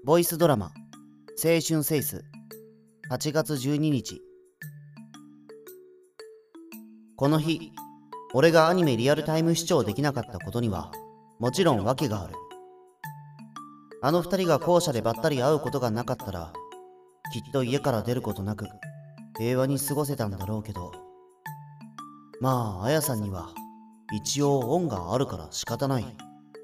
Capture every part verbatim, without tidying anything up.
ボイスドラマ青春セイスはちがつじゅうににち。この日、俺がアニメリアルタイム視聴できなかったことにはもちろん訳がある。あの二人が校舎でばったり会うことがなかったら、きっと家から出ることなく平和に過ごせたんだろうけど、まああやさんには一応恩があるから仕方ない。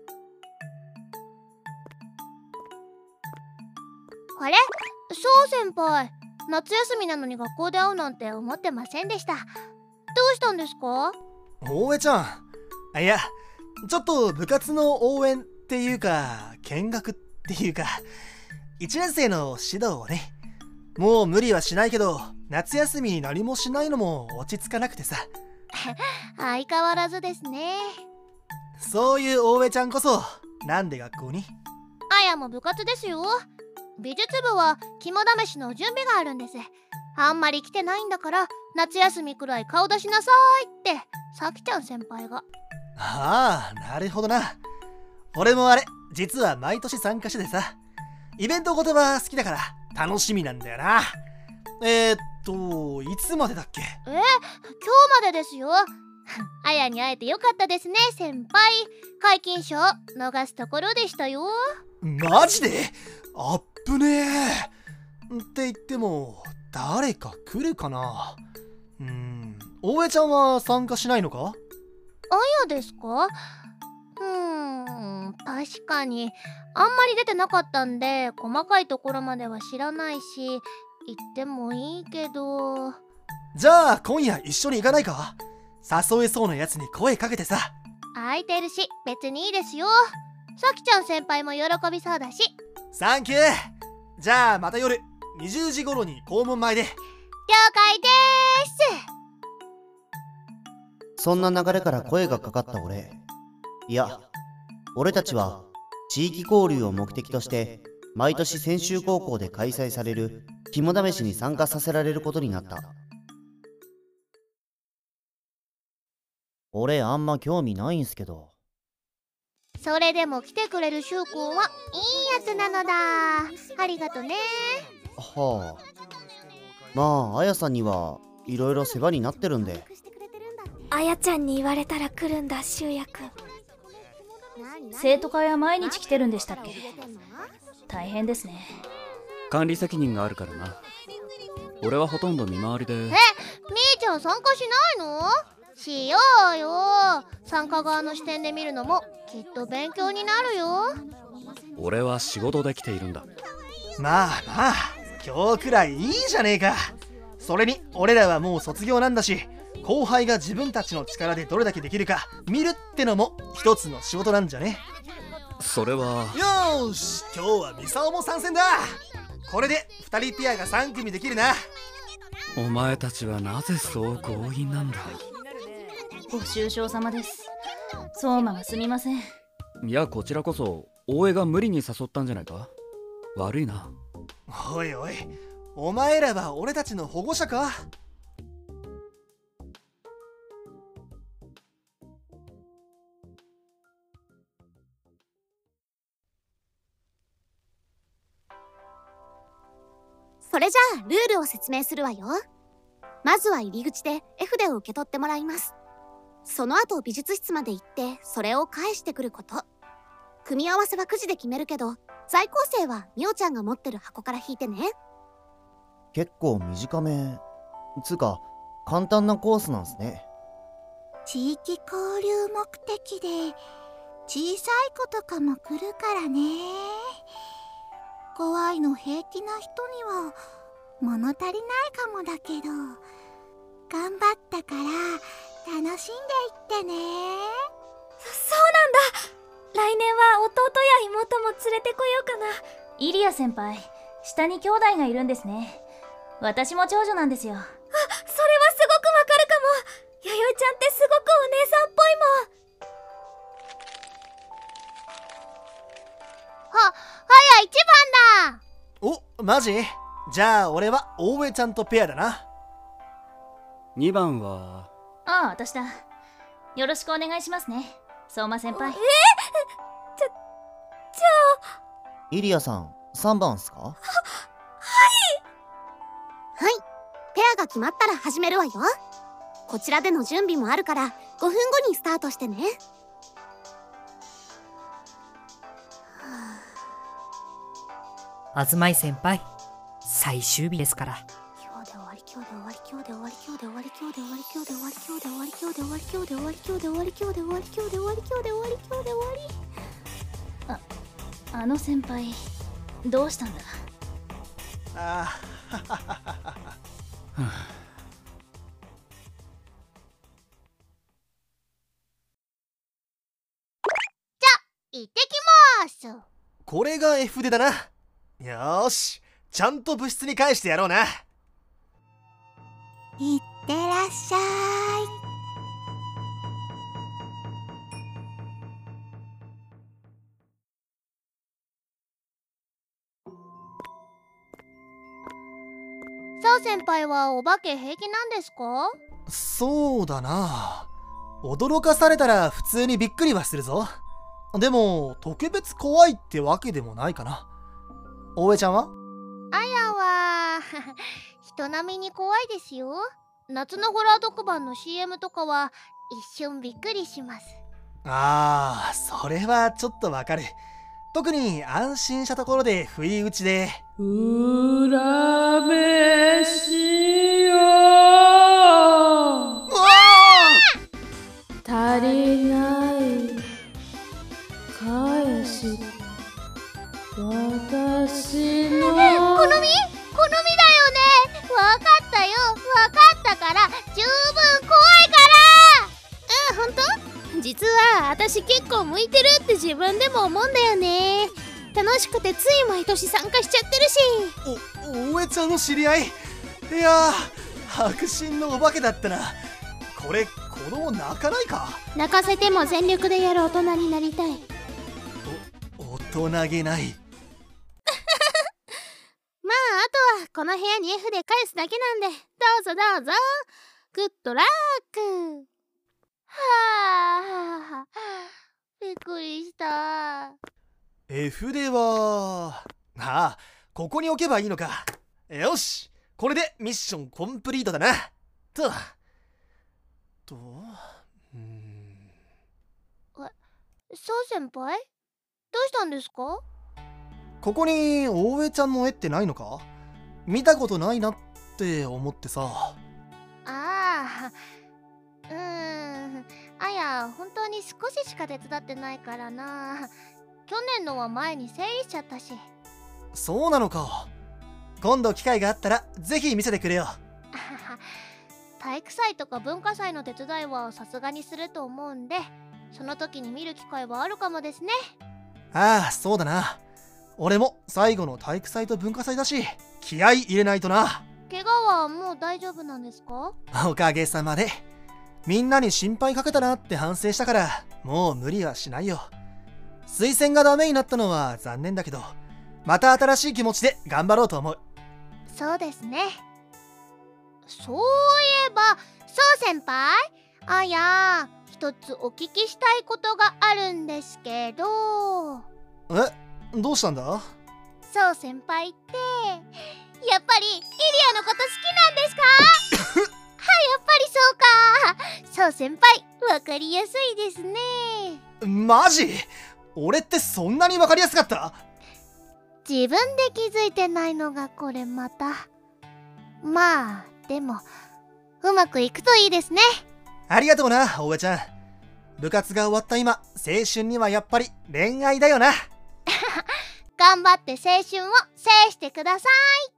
あれ、そう先輩、夏休みなのに学校で会うなんて思ってませんでした。どうしたんですか？ 大江ちゃん、いや、ちょっと部活の応援っていうか見学っていうかいちねん生の指導をね。もう無理はしないけど、夏休みに何もしないのも落ち着かなくてさ。 相変わらずですね。 そういう大江ちゃんこそなんで学校に？ あやも部活ですよ。美術部は肝試しの準備があるんです。あんまり来てないんだから夏休みくらい顔出しなさいってさきちゃん先輩が。 ああ、なるほどな。俺もあれ実は毎年参加しててさ、イベントごとは好きだから楽しみなんだよな。えー、っといつまでだっけ？ えー、今日までですよ。あやに会えてよかったですね先輩。皆勤賞逃すところでしたよ。 マジで？あっぶねえ。って言っても誰か来るかな。うーん、大江ちゃんは参加しないのか？ あやですか？うーん、確かにあんまり出てなかったんで細かいところまでは知らないし、行ってもいいけど。 じゃあ今夜一緒に行かないか？誘えそうなやつに声かけてさ。 空いてるし別にいいですよ。さきちゃん先輩も喜びそうだし。 サンキュー。じゃあまた夜にじゅうじ頃に校門前で。 了解でーす。 そんな流れから声がかかった俺。いや、俺たちは地域交流を目的として毎年専修高校で開催される肝試しに参加させられることになった。俺あんま興味ないんすけど。 それでも来てくれるしゅうくんはいいやつなのだ。ありがとね。 はあ、まああやさんにはいろいろ世話になってるんで。 あやちゃんに言われたら来るんだ、しゅうやくん。 生徒会は毎日来てるんでしたっけ？大変ですね。 管理責任があるからな。俺はほとんど見回りで。え、みーちゃん参加しないの？しようよ。参加側の視点で見るのもきっと勉強になるよ。 俺は仕事で来ているんだ。 まあまあ、今日くらいいいじゃねえか。それに俺らはもう卒業なんだし、後輩が自分たちの力でどれだけできるか見るってのも一つの仕事なんじゃね？ それは。 よーし、今日はミサオも参戦だ。これでふたりペアがさんくみできるな。 お前たちはなぜそう強引なんだ？ ご愁傷様です。相馬がすみません。 いや、こちらこそ大江が無理に誘ったんじゃないか？悪いな。 おいおい、お前らは俺たちの保護者か？ それじゃあルールを説明するわよ。まずは入り口で絵筆を受け取ってもらいます。その後美術室まで行ってそれを返してくること。組み合わせはくじで決めるけど、在校生はみおちゃんが持ってる箱から引いてね。 結構短めつうか簡単なコースなんすね。 地域交流目的で小さい子とかも来るからね。怖いの平気な人には物足りないかもだけど、頑張ったから楽しんでいってね。 そ、そうなんだ。来年は弟や妹も連れてこようかな。 イリア先輩、下に兄弟がいるんですね。私も長女なんですよ。あ、それはすごくわかるかも。弥生ちゃんってすごくお姉さんっぽいもん。 は、はや一番だ。 お、マジ？じゃあ俺は大江ちゃんとペアだな。 にばんは。 ああ、私だ。よろしくお願いしますね、相馬先輩。 えー、じゃ、じゃあ。 イリアさん、 さんばんっすか？ はい、ペアが決まったら始めるわよ。こちらでの準備もあるからごふんごにスタートしてね。 あずまい先輩、最終日ですから。 今日で終わり、今日で終わり、今日で終わり、今日で終わり、今日で終わり、今日で終わり、今日で終わり、今日で終わり、今日で終わり、今日で終わり、今日で終わり、今日で終わり、今日で終わり、今日で終わり。 あ、あの先輩、どうしたんだ？ ああ行ってきまーす。 これが絵筆だな。よーし、ちゃんと部室に返してやろうな。 いってらっしゃい。 そう先輩はお化け平気なんですか？ そうだな。驚かされたら普通にびっくりはするぞ。でも特別怖いってわけでもないかな。大江ちゃんは？ あやは人並みに怖いですよ。夏のホラー特番の シーエム とかは一瞬びっくりします。 ああ、それはちょっとわかる。特に安心したところで不意打ちで裏飯よ足りない返し私の好み好みだよね。わかったよ、わかったから十分怖いから。 あ、ほんと？実は私結構向いてるって自分でも思うんだよね。楽しくてつい毎年参加しちゃってるし。 お、大江ちゃんの知り合い？いやー、迫真のお化けだったな。これ子供泣かないか？ 泣かせても全力でやる大人になりたい。 お、大人げない。 まああとはこの部屋に F で返すだけなんで、どうぞどうぞ。グッドラック。 はあ、びっくりした。 絵筆はああ、ここに置けばいいのか。よし、これでミッションコンプリートだな。ととうーんそう先輩、どうしたんですか？ ここに大江ちゃんの絵ってないのか？見たことないなって思ってさ。 ああ、うーん、あや本当に少ししか手伝ってないからな。去年のは前に整理しちゃったし。 そうなのか。今度機会があったらぜひ見せてくれよ。 体育祭とか文化祭の手伝いはさすがにすると思うんで、その時に見る機会はあるかもですね。 ああ、そうだな。俺も最後の体育祭と文化祭だし、気合い入れないとな。 怪我はもう大丈夫なんですか？ おかげさまで。みんなに心配かけたなって反省したから、もう無理はしないよ。推薦がダメになったのは残念だけど、また新しい気持ちで頑張ろうと思う。 そうですね。そういえば、そう先輩、あや一つお聞きしたいことがあるんですけど。 え、どうしたんだ？ そう先輩ってやっぱりイリアのこと好きなんですか？はい、やっぱりそうか。そう先輩、わかりやすいですね。 マジ？俺ってそんなにわかりやすかった？ 自分で気づいてないのがこれまた。まあでもうまくいくといいですね。 ありがとうな、大江ちゃん。部活が終わった今、青春にはやっぱり恋愛だよな。 頑張って青春を制してくださ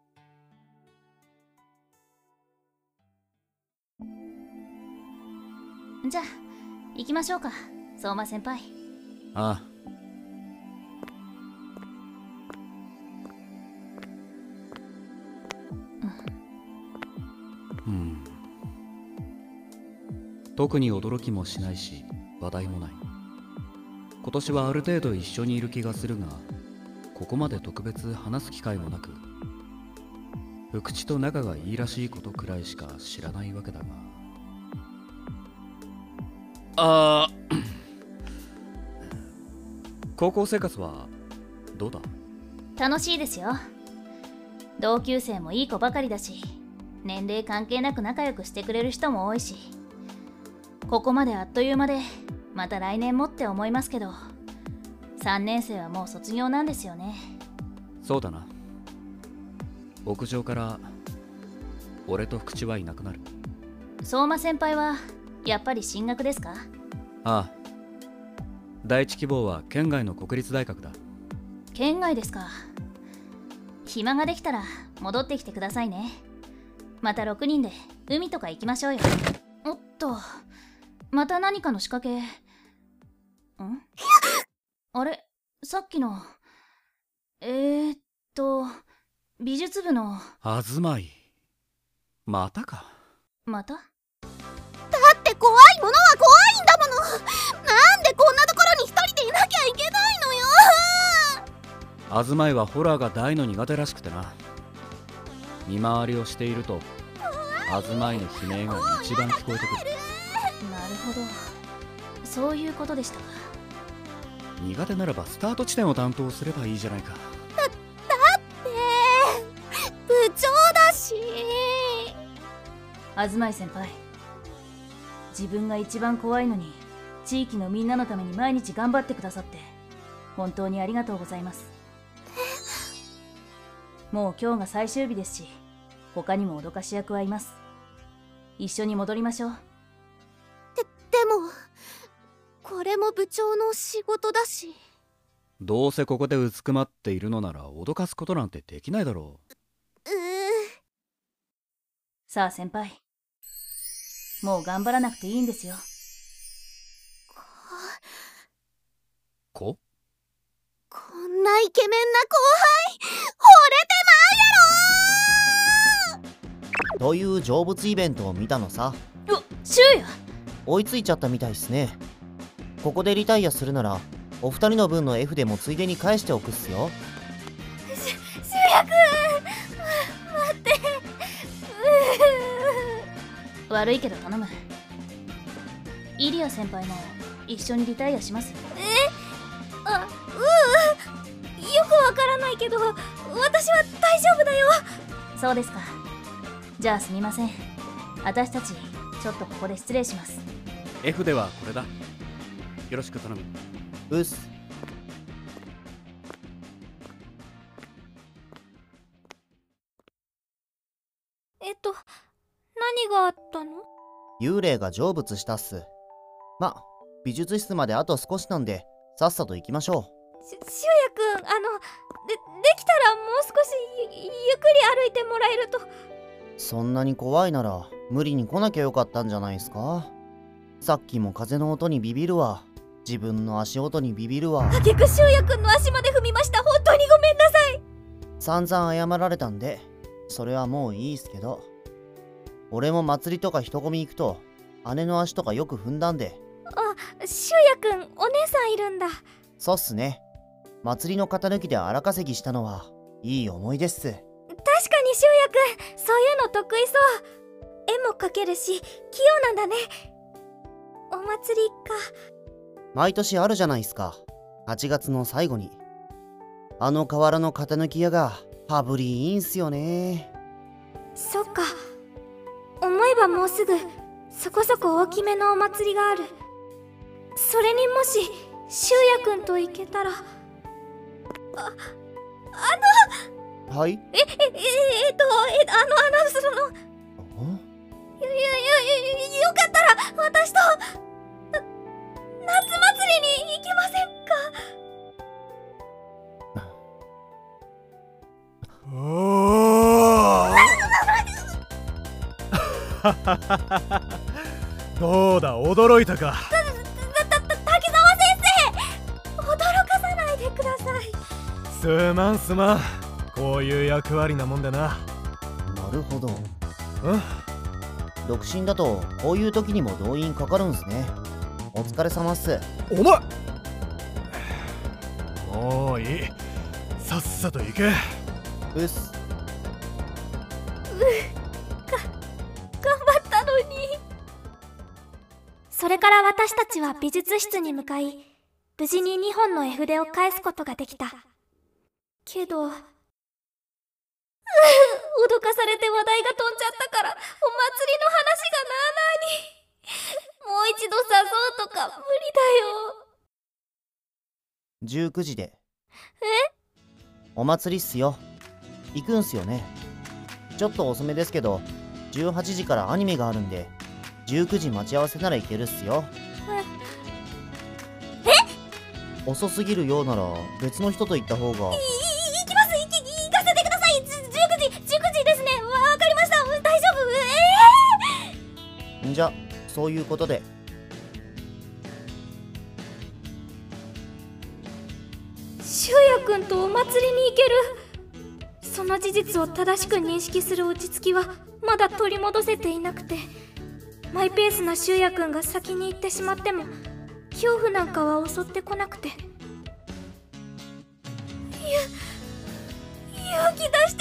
い。じゃあ行きましょうか、相馬先輩。 ああ。うん。特に驚きもしないし話題もない。今年はある程度一緒にいる気がするが、ここまで特別話す機会もなく、福地と仲がいいらしいことくらいしか知らないわけだが。あー高校生活はどうだ？ 楽しいですよ。同級生もいい子ばかりだし、年齢関係なく仲良くしてくれる人も多いし、ここまであっという間で、また来年もって思いますけど、さんねん生はもう卒業なんですよね。 そうだな。屋上から俺と福地はいなくなる。 相馬先輩はやっぱり進学ですか？ ああ、第一希望は県外の国立大学だ。 県外ですか。暇ができたら戻ってきてくださいね。またろくにんで海とか行きましょうよ。おっと、また何かの仕掛け。んあれ、さっきのえー、っと美術部のあずまい、またか。 また？ だって怖いものは怖いんだもの。なんでこんなところに一人でいなきゃいけないのよ。 あずまいはホラーが大の苦手らしくてな。見回りをしているとあずまいの悲鳴が一番聞こえてくる。 なるほど、そういうことでしたか。 苦手ならばスタート地点を担当すればいいじゃないか。 だ、だって部長だし。 あずまい先輩、自分が一番怖いのに地域のみんなのために毎日頑張ってくださって本当にありがとうございます。もう今日が最終日ですし、他にも脅かし役はいます。一緒に戻りましょう。 で、でもこれも部長の仕事だし。 どうせここでうずくまっているのなら脅かすことなんてできないだろう。 うーさあ先輩、もう頑張らなくていいんですよ。 ここんなイケメンな後輩惚れてまうやろ。 という成仏イベントを見たのさ。 うっ、柊也追いついちゃったみたいっすね。ここでリタイアするならお二人の分の F でもついでに返しておくっすよ。 し柊也くん、待って。 悪いけど頼む。イリア先輩も一緒にリタイアします。 え、あ、ううよくわからないけど私は大丈夫だよ。 そうですか。じゃあすみません、私たちちょっとここで失礼します。 F ではこれだ。よろしく頼む。 うっす。 えっと何があったの？ 幽霊が成仏したっす。ま、美術室まであと少しなんでさっさと行きましょう。 し柊也くん、あのでできたらもう少しゆゆっくり歩いてもらえると。 そんなに怖いなら無理に来なきゃよかったんじゃないですか。さっきも風の音にビビるわ、自分の足音にビビるわ。 あげく柊也くんの足まで踏みました。本当にごめんなさい。 散々謝られたんでそれはもういいっすけど、俺も祭りとか人混み行くと姉の足とかよく踏んだんで。 あ、柊也くん、お姉さんいるんだ。 そうっすね。祭りの型抜きで荒稼ぎしたのはいい思い出っす。 確かに柊也くん、そういうの得意そう。絵も描けるし器用なんだね。お祭りか。 毎年あるじゃないっすか、はちがつの最後に。あの河原の型抜き屋が羽振りいいんすよね。 そっか、思えばもうすぐそこそこ大きめのお祭りがある。それにもし柊也くんと行けたら。あ、あのはい。 え、え、え、えっと、え、あの、あの、その、よ、よ、よ、よ、よかったら、私と、な夏祭りに行けませんか？ おーどうだ、驚いたか？ た、た、た、滝沢先生、驚かさないでください。 すまんすまん、こういう役割なもんでな。 なるほど。 うん独身だとこういう時にも動員かかるんすね。お疲れ様っす。 お前もういい、さっさと行け。 うっす。 が頑張ったのに。それから私たちは美術室に向かい、無事ににほんの絵筆を返すことができた。 けど脅かされて話題が飛んじゃったからお祭りの話がなあなあに。もう一度誘うとか無理だよ。 じゅうくじで。 え？ お祭りっすよ。行くんすよね。ちょっと遅めですけどじゅうはちじからアニメがあるんでじゅうくじ待ち合わせなら行けるっすよ。 え？ 遅すぎるようなら別の人と行った方が。 い、い、行きます。行き、行かせてください。じゅうくじ、じゅうくじですね。わかりました。大丈夫。えー、んじゃ、そういうことで。 しゅうやくんとお祭りに行ける。その事実を正しく認識する落ち着きはまだ取り戻せていなくて、マイペースなしゅうやくんが先に行ってしまっても恐怖なんかは襲ってこなくて、ゆ勇気出して